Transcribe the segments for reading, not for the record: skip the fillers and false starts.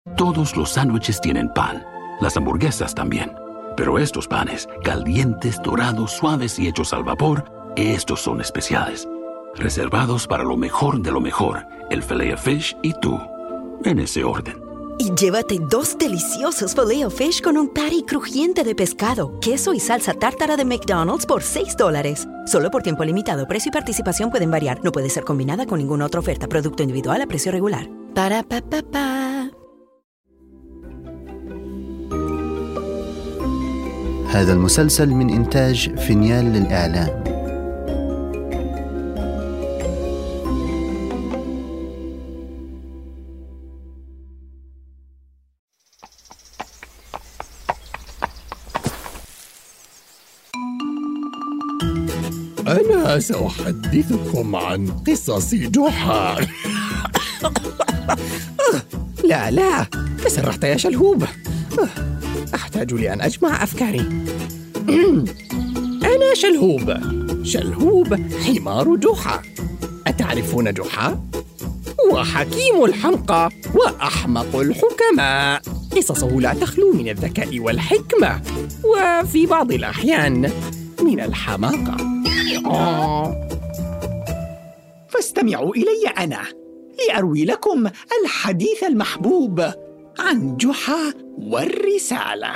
Todos los sándwiches tienen pan, las hamburguesas también. Pero estos panes, calientes, dorados, suaves y hechos al vapor, estos son especiales. Reservados para lo mejor de lo mejor, el Filet-O-Fish y tú, en ese orden. Y llévate 2 deliciosos Filet-O-Fish con un patty crujiente de pescado, queso y salsa tártara de McDonald's por $6. Solo por tiempo limitado. Precio y participación pueden variar. No puede ser combinada con ninguna otra oferta. Producto individual a precio regular. Para pa pa pa. هذا المسلسل من إنتاج فينيال للإعلام. أنا سأحدثكم عن قصص جحا. لا تسرحت يا شلهوب. أحتاج لأن أجمع أفكاري. أنا شلهوب حمار جحا. أتعرفون جحا؟ هو حكيم الحمقى وأحمق الحكماء. قصصه لا تخلو من الذكاء والحكمة، وفي بعض الأحيان من الحماقة. فاستمعوا إلي أنا لأروي لكم الحديث المحبوب عن جحا والرسالة.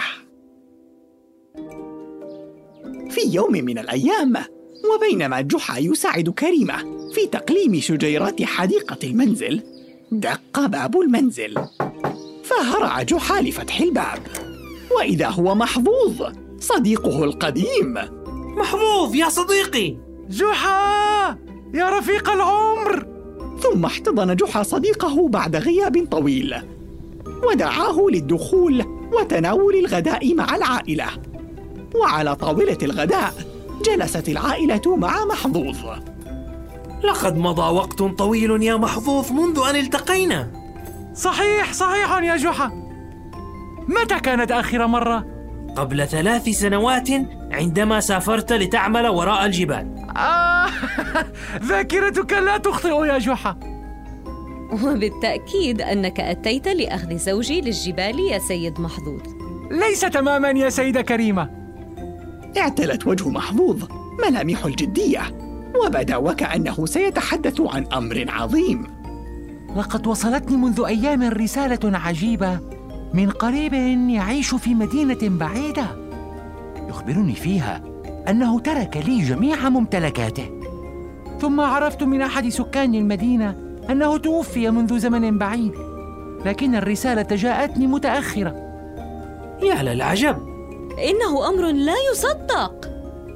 في يوم من الأيام، وبينما جحا يساعد كريمة في تقليم شجيرات حديقة المنزل، دق باب المنزل، فهرع جحا لفتح الباب، وإذا هو محظوظ صديقه القديم. محظوظ يا صديقي. جحا يا رفيق العمر. ثم احتضن جحا صديقه بعد غياب طويل، ودعاه للدخول وتناول الغداء مع العائلة. وعلى طاولة الغداء جلست العائلة مع محظوظ. لقد مضى وقت طويل يا محظوظ منذ أن التقينا. صحيح يا جحا. متى كانت آخر مرة؟ قبل 3 سنوات عندما سافرت لتعمل وراء الجبال. ذاكرتك لا تخطئ يا جحا. وبالتأكيد أنك أتيت لأخذ زوجي للجبال يا سيد محظوظ. ليس تماماً يا سيدة كريمة. اعتلت وجه محظوظ ملامح الجدية، وبدا وكأنه سيتحدث عن أمر عظيم. لقد وصلتني منذ أيام رسالة عجيبة من قريب يعيش في مدينة بعيدة، يخبرني فيها أنه ترك لي جميع ممتلكاته. ثم عرفت من أحد سكان المدينة أنه توفي منذ زمن بعيد، لكن الرسالة جاءتني متأخرة. يا للعجب، إنه أمر لا يصدق.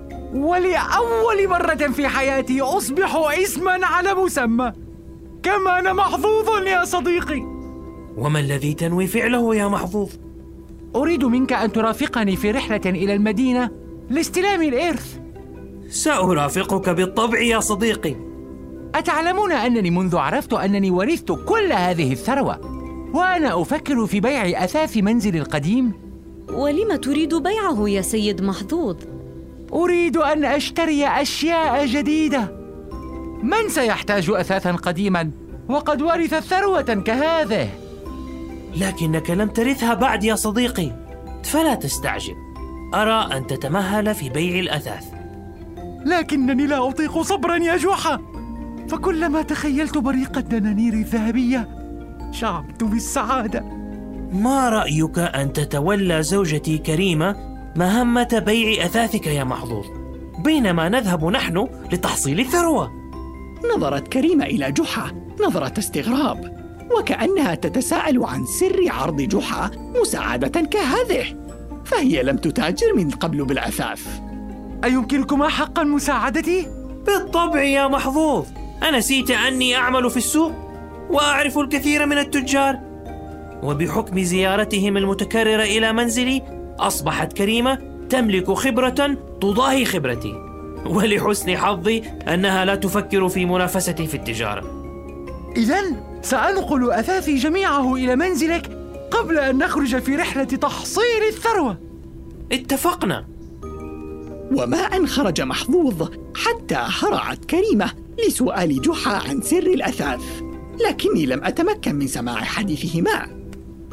ولأول مرة في حياتي أصبح اسماً على مسمى. كم أنا محظوظ يا صديقي. وما الذي تنوي فعله يا محظوظ؟ أريد منك أن ترافقني في رحلة إلى المدينة لاستلام الإرث. سأرافقك بالطبع يا صديقي. أتعلمون أنني منذ عرفت أنني ورثت كل هذه الثروة وأنا أفكر في بيع أثاث منزلي القديم؟ ولم تريد بيعه يا سيد محظوظ؟ أريد أن أشتري أشياء جديدة. من سيحتاج أثاثاً قديماً وقد ورث ثروة كهذه؟ لكنك لم ترثها بعد يا صديقي، فلا تستعجل. أرى أن تتمهل في بيع الأثاث. لكنني لا أطيق صبراً يا جحا، فكلما تخيلت بريق الدنانير الذهبية شعرت بالسعادة. ما رأيك أن تتولى زوجتي كريمة مهمة بيع أثاثك يا محظوظ، بينما نذهب نحن لتحصيل الثروة؟ نظرت كريمة إلى جحا نظرة استغراب، وكأنها تتساءل عن سر عرض جحا مساعدة كهذه، فهي لم تتاجر من قبل بالأثاث. أيمكنكما حقاً مساعدتي؟ بالطبع يا محظوظ. أنسيت أني أعمل في السوق وأعرف الكثير من التجار، وبحكم زيارتهم المتكررة إلى منزلي أصبحت كريمة تملك خبرة تضاهي خبرتي، ولحسن حظي أنها لا تفكر في منافستي في التجارة. إذن سأنقل أثاثي جميعه إلى منزلك قبل أن نخرج في رحلة تحصيل الثروة. اتفقنا. وما أن خرج محظوظ حتى هرعت كريمة لسؤال جحا عن سر الأثاث، لكني لم أتمكن من سماع حديثهما.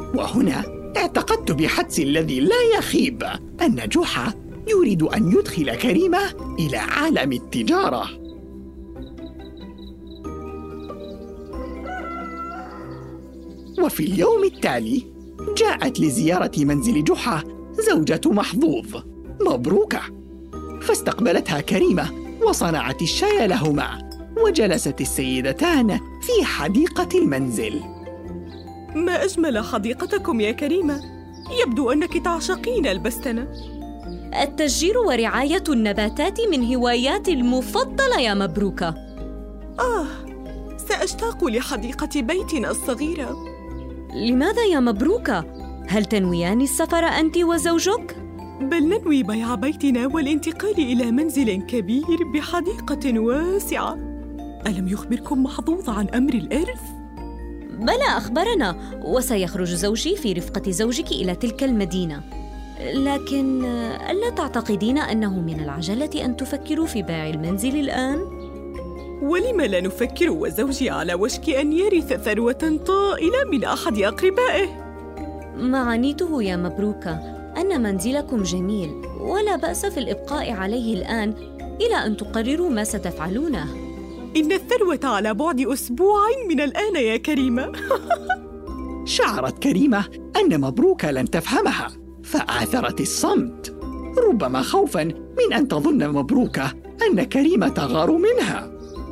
وهنا اعتقدت بحدسي الذي لا يخيب أن جحا يريد أن يدخل كريمة إلى عالم التجارة. وفي اليوم التالي جاءت لزيارة منزل جحا زوجة محظوظ مبروكة، فاستقبلتها كريمة وصنعت الشاي لهما، وجلست السيدتان في حديقة المنزل. ما أجمل حديقتكم يا كريمة، يبدو أنك تعشقين البستنة. التشجير ورعاية النباتات من هواياتي المفضلة يا مبروكة. سأشتاق لحديقة بيتنا الصغيرة. لماذا يا مبروكة؟ هل تنويان السفر أنت وزوجك؟ بل ننوي بيع بيتنا والانتقال إلى منزل كبير بحديقة واسعة. ألم يخبركم محظوظ عن أمر الإرث؟ بلى أخبرنا، وسيخرج زوجي في رفقة زوجك إلى تلك المدينة. لكن ألا تعتقدين أنه من العجلة أن تفكروا في بيع المنزل الآن؟ ولم لا نفكر وزوجي على وشك أن يرث ثروة طائلة من أحد أقربائه؟ ما عنيته يا مبروكة أن منزلكم جميل، ولا بأس في الإبقاء عليه الآن إلى أن تقرروا ما ستفعلونه. إن الثروة على بعد أسبوع من الآن يا كريمة. شعرت كريمة أن مبروكة لن تفهمها، فآثرت الصمت، ربما خوفاً من أن تظن مبروكة أن كريمة تغار منها.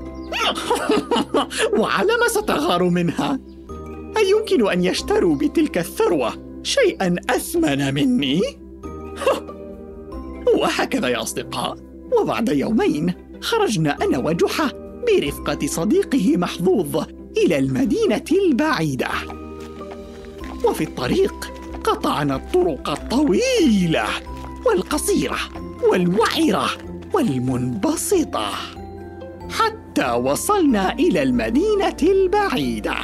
وعلى ما ستغار منها؟ أيمكن أن يشتروا بتلك الثروة شيئاً أثمن مني؟ وهكذا يا أصدقاء، وبعد يومين خرجنا أنا وجحا برفقة صديقه محظوظ إلى المدينة البعيدة. وفي الطريق قطعنا الطرق الطويلة والقصيرة والوعرة والمنبسطة حتى وصلنا إلى المدينة البعيدة.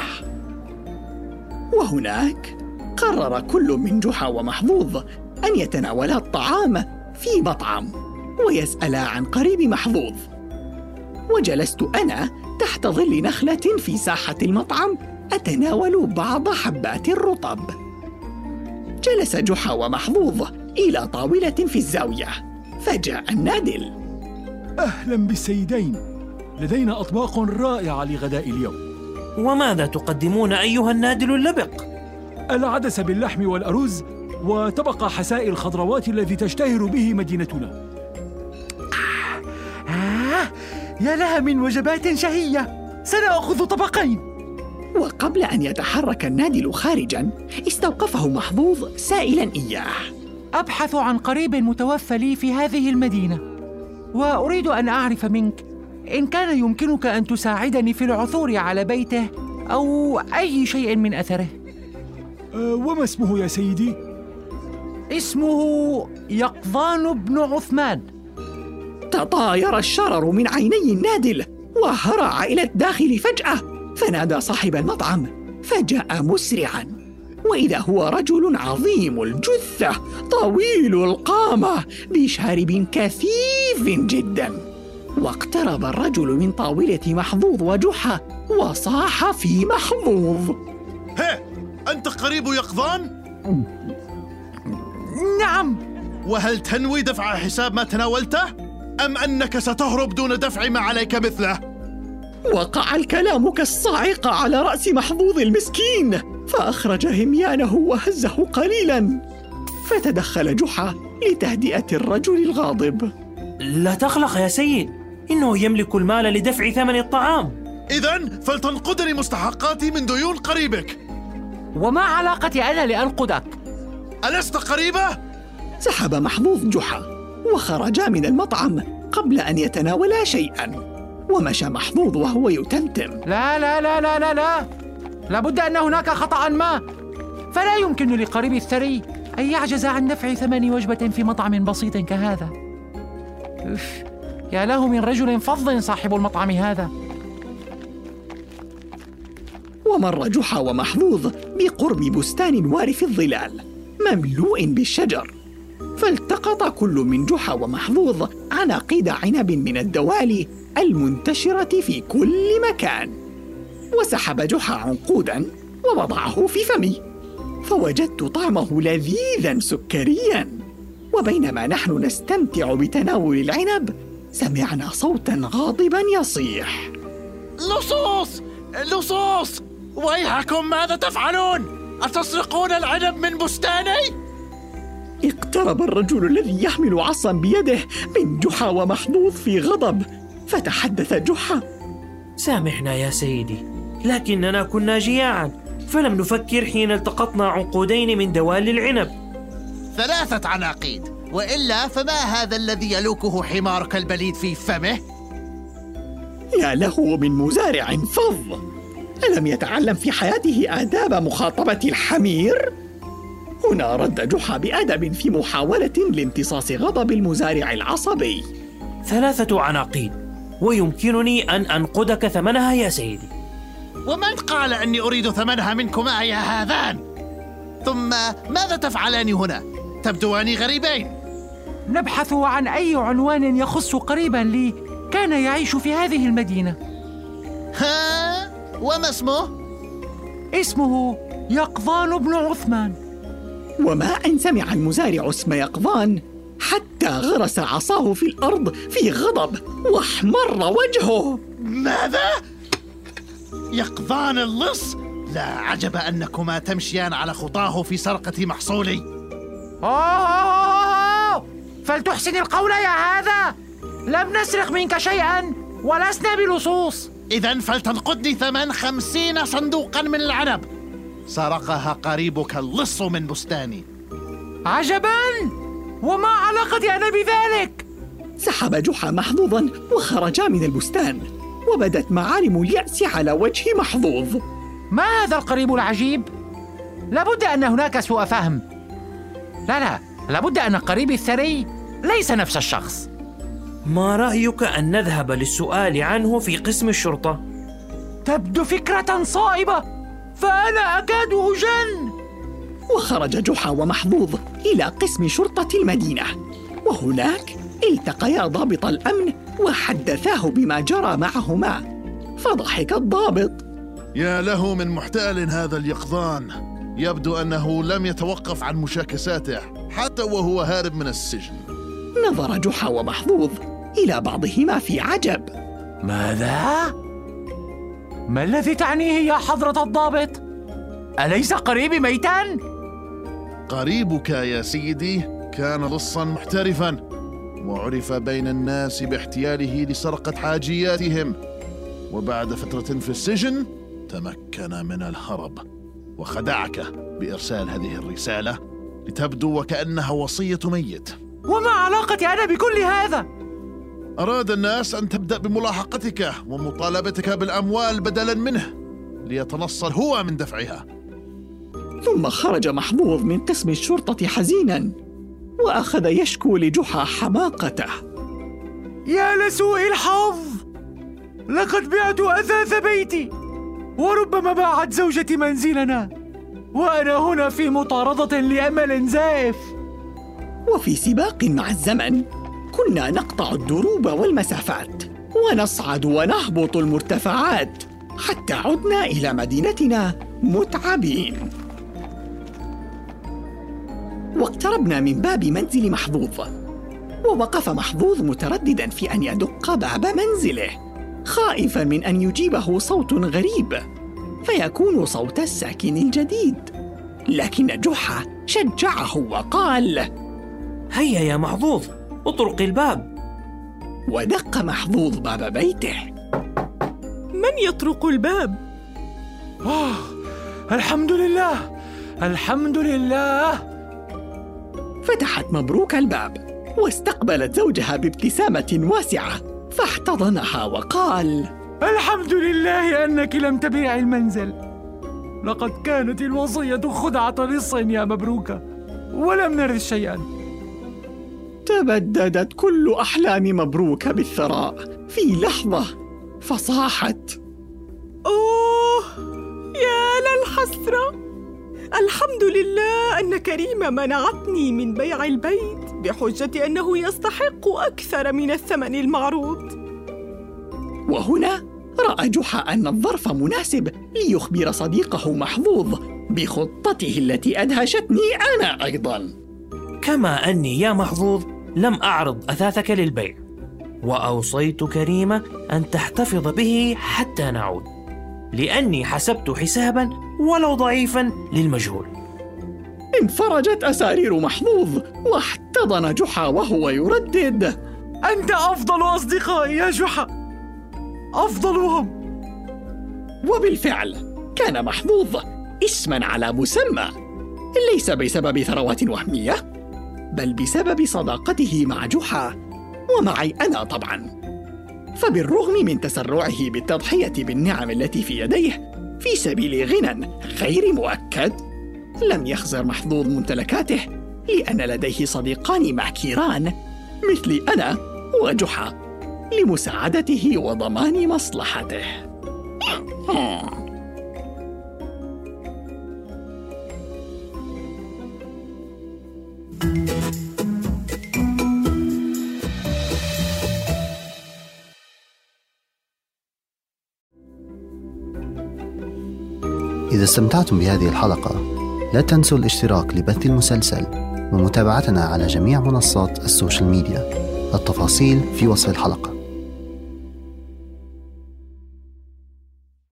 وهناك قرر كل من جحا ومحظوظ أن يتناولا الطعام في مطعم ويسألا عن قريب محظوظ. وجلست أنا تحت ظل نخلة في ساحة المطعم أتناول بعض حبات الرطب. جلس جحا ومحظوظ إلى طاولة في الزاوية، فجاء النادل. أهلاً بالسيدين، لدينا أطباق رائعة لغداء اليوم. وماذا تقدمون أيها النادل اللبق؟ العدس باللحم والأرز، وطبق حساء الخضروات الذي تشتهر به مدينتنا. يا لها من وجبات شهية، سنأخذ طبقين. وقبل أن يتحرك النادل خارجاً استوقفه محظوظ سائلاً إياه. أبحث عن قريب متوفى لي في هذه المدينة، وأريد أن أعرف منك إن كان يمكنك أن تساعدني في العثور على بيته أو أي شيء من أثره. وما اسمه يا سيدي؟ اسمه يقظان بن عثمان. تطاير الشرر من عيني النادل وهرع إلى الداخل فجأة، فنادى صاحب المطعم فجاء مسرعاً، وإذا هو رجل عظيم الجثة طويل القامة بشارب كثيف جداً. واقترب الرجل من طاولة محظوظ وجحا وصاح في محظوظ: هي، أنت قريب يقظان؟ نعم. وهل تنوي دفع حساب ما تناولته؟ أم أنك ستهرب دون دفع ما عليك مثله؟ وقع الكلام كالصاعقة على رأس محظوظ المسكين، فأخرج هميانه وهزه قليلاً، فتدخل جحا لتهدئة الرجل الغاضب. لا تقلق يا سيد، إنه يملك المال لدفع ثمن الطعام. إذن فلتنقذني مستحقاتي من ديون قريبك. وما علاقتي أنا لأنقذك؟ ألست قريبة؟ سحب محظوظ جحا وخرجا من المطعم قبل أن يتناولا شيئاً. ومشى محظوظ وهو يتمتم: لا لا لا لا لا لا، لابد أن هناك خطأ ما، فلا يمكن لقريب الثري أن يعجز عن دفع ثمن وجبة في مطعم بسيط كهذا. يا له من رجل فظ صاحب المطعم هذا. ومر جحا ومحظوظ بقرب بستان وارف الظلال مملوء بالشجر، فالتقط كل من جحا ومحظوظ عناقيد عنب من الدوالي المنتشرة في كل مكان. وسحب جحا عنقوداً ووضعه في فمه، فوجدت طعمه لذيذا سكريا. وبينما نحن نستمتع بتناول العنب سمعنا صوتا غاضبا يصيح: لصوص! لصوص! ويحكم ماذا تفعلون؟ أتسرقون العنب من بستاني؟ اقترب الرجل الذي يحمل عصا بيده من جحا ومحظوظ في غضب، فتحدث جحا: سامحنا يا سيدي، لكننا كنا جياعا فلم نفكر حين التقطنا عنقودين من دوال العنب. 3 عناقيد، وإلا فما هذا الذي يلوكه حمارك البليد في فمه؟ يا له من مزارع فظ! ألم يتعلم في حياته آداب مخاطبة الحمير؟ هنا رد جحا بأدب في محاولة لامتصاص غضب المزارع العصبي. 3 عناقيد، ويمكنني أن أنقدك ثمنها يا سيدي. ومن قال أني أريد ثمنها منكما يا هذان؟ ثم ماذا تفعلان هنا؟ تبدوان غريبين. نبحث عن أي عنوان يخص قريبا لي كان يعيش في هذه المدينة. ها؟ وما اسمه؟ اسمه يقظان بن عثمان. وما أن سمع المزارع اسم يقظان حتى غرس عصاه في الأرض في غضب واحمر وجهه. ماذا؟ يقظان اللص؟ لا عجب أنكما تمشيان على خطاه في سرقة محصولي. فلتحسن القول يا هذا، لم نسرق منك شيئا ولسنا بلصوص. إذن فلتنقدني ثمن 50 صندوقا من العنب، سرقها قريبك اللص من بستاني. عجبا، وما علاقتي أنا بذلك؟ سحب جحا محظوظا وخرجا من البستان، وبدت معالم اليأس على وجه محظوظ. ما هذا القريب العجيب؟ لابد أن هناك سوء فهم. لا، لابد أن قريبي الثري ليس نفس الشخص. ما رأيك أن نذهب للسؤال عنه في قسم الشرطة؟ تبدو فكرة صائبة، فأنا أكاد أجن. وخرج جحا ومحظوظ إلى قسم شرطة المدينة، وهناك التقيا ضابط الأمن وحدثاه بما جرى معهما. فضحك الضابط: يا له من محتال هذا اليقظان، يبدو أنه لم يتوقف عن مشاكساته حتى وهو هارب من السجن. نظر جحا ومحظوظ إلى بعضهما في عجب. ماذا؟ ما الذي تعنيه يا حضرة الضابط؟ أليس قريبي ميتاً؟ قريبك يا سيدي كان لصاً محترفاً، وعرف بين الناس باحتياله لسرقة حاجياتهم، وبعد فترة في السجن تمكن من الهرب، وخدعك بإرسال هذه الرسالة لتبدو وكأنها وصية ميت. وما علاقتي أنا بكل هذا؟ أراد الناس أن تبدأ بملاحقتك ومطالبتك بالأموال بدلاً منه، ليتنصل هو من دفعها. ثم خرج محظوظ من قسم الشرطة حزيناً، وأخذ يشكو لجحا حماقته. يا لسوء الحظ، لقد بعت أثاث بيتي، وربما باعت زوجتي منزلنا، وأنا هنا في مطاردة لأمل زائف. وفي سباق مع الزمن كنا نقطع الدروب والمسافات، ونصعد ونهبط المرتفعات، حتى عدنا إلى مدينتنا متعبين. واقتربنا من باب منزل محظوظ، ووقف محظوظ متردداً في أن يدق باب منزله، خائفاً من أن يجيبه صوت غريب فيكون صوت الساكن الجديد. لكن جحا شجعه وقال: هيا يا محظوظ، اطرق الباب. ودق محظوظ باب بيته. من يطرق الباب؟ الحمد لله، الحمد لله. فتحت مبروك الباب، واستقبلت زوجها بابتسامة واسعة، فاحتضنها وقال: الحمد لله أنك لم تبيعي المنزل، لقد كانت الوصية خدعة لص يا مبروكة، ولم نرث شيئا. تبددت كل أحلام مبروك بالثراء في لحظة، فصاحت: أوه يا للحسرة! الحمد لله أن كريمة منعتني من بيع البيت بحجة أنه يستحق أكثر من الثمن المعروض. وهنا رأى جحا أن الظرف مناسب ليخبر صديقه محظوظ بخطته التي أدهشتني أنا أيضاً. كما أني يا محظوظ لم أعرض أثاثك للبيع، وأوصيت كريمة أن تحتفظ به حتى نعود، لأني حسبت حسابا ولو ضعيفا للمجهول. انفرجت أسارير محظوظ واحتضن جحا وهو يردد: أنت أفضل أصدقائي يا جحا، أفضلهم. وبالفعل كان محظوظ اسما على مسمى، ليس بسبب ثروات وهمية، بل بسبب صداقته مع جحا ومعي أنا طبعا. فبالرغم من تسرعه بالتضحية بالنعم التي في يديه في سبيل غنى غير مؤكد، لم يخزر محظوظ ممتلكاته، لأن لديه صديقان ماكران مثلي أنا وجحا لمساعدته وضمان مصلحته. إذا استمتعتم بهذه الحلقة لا تنسوا الاشتراك لبث المسلسل ومتابعتنا على جميع منصات السوشيال ميديا. التفاصيل في وصف الحلقة.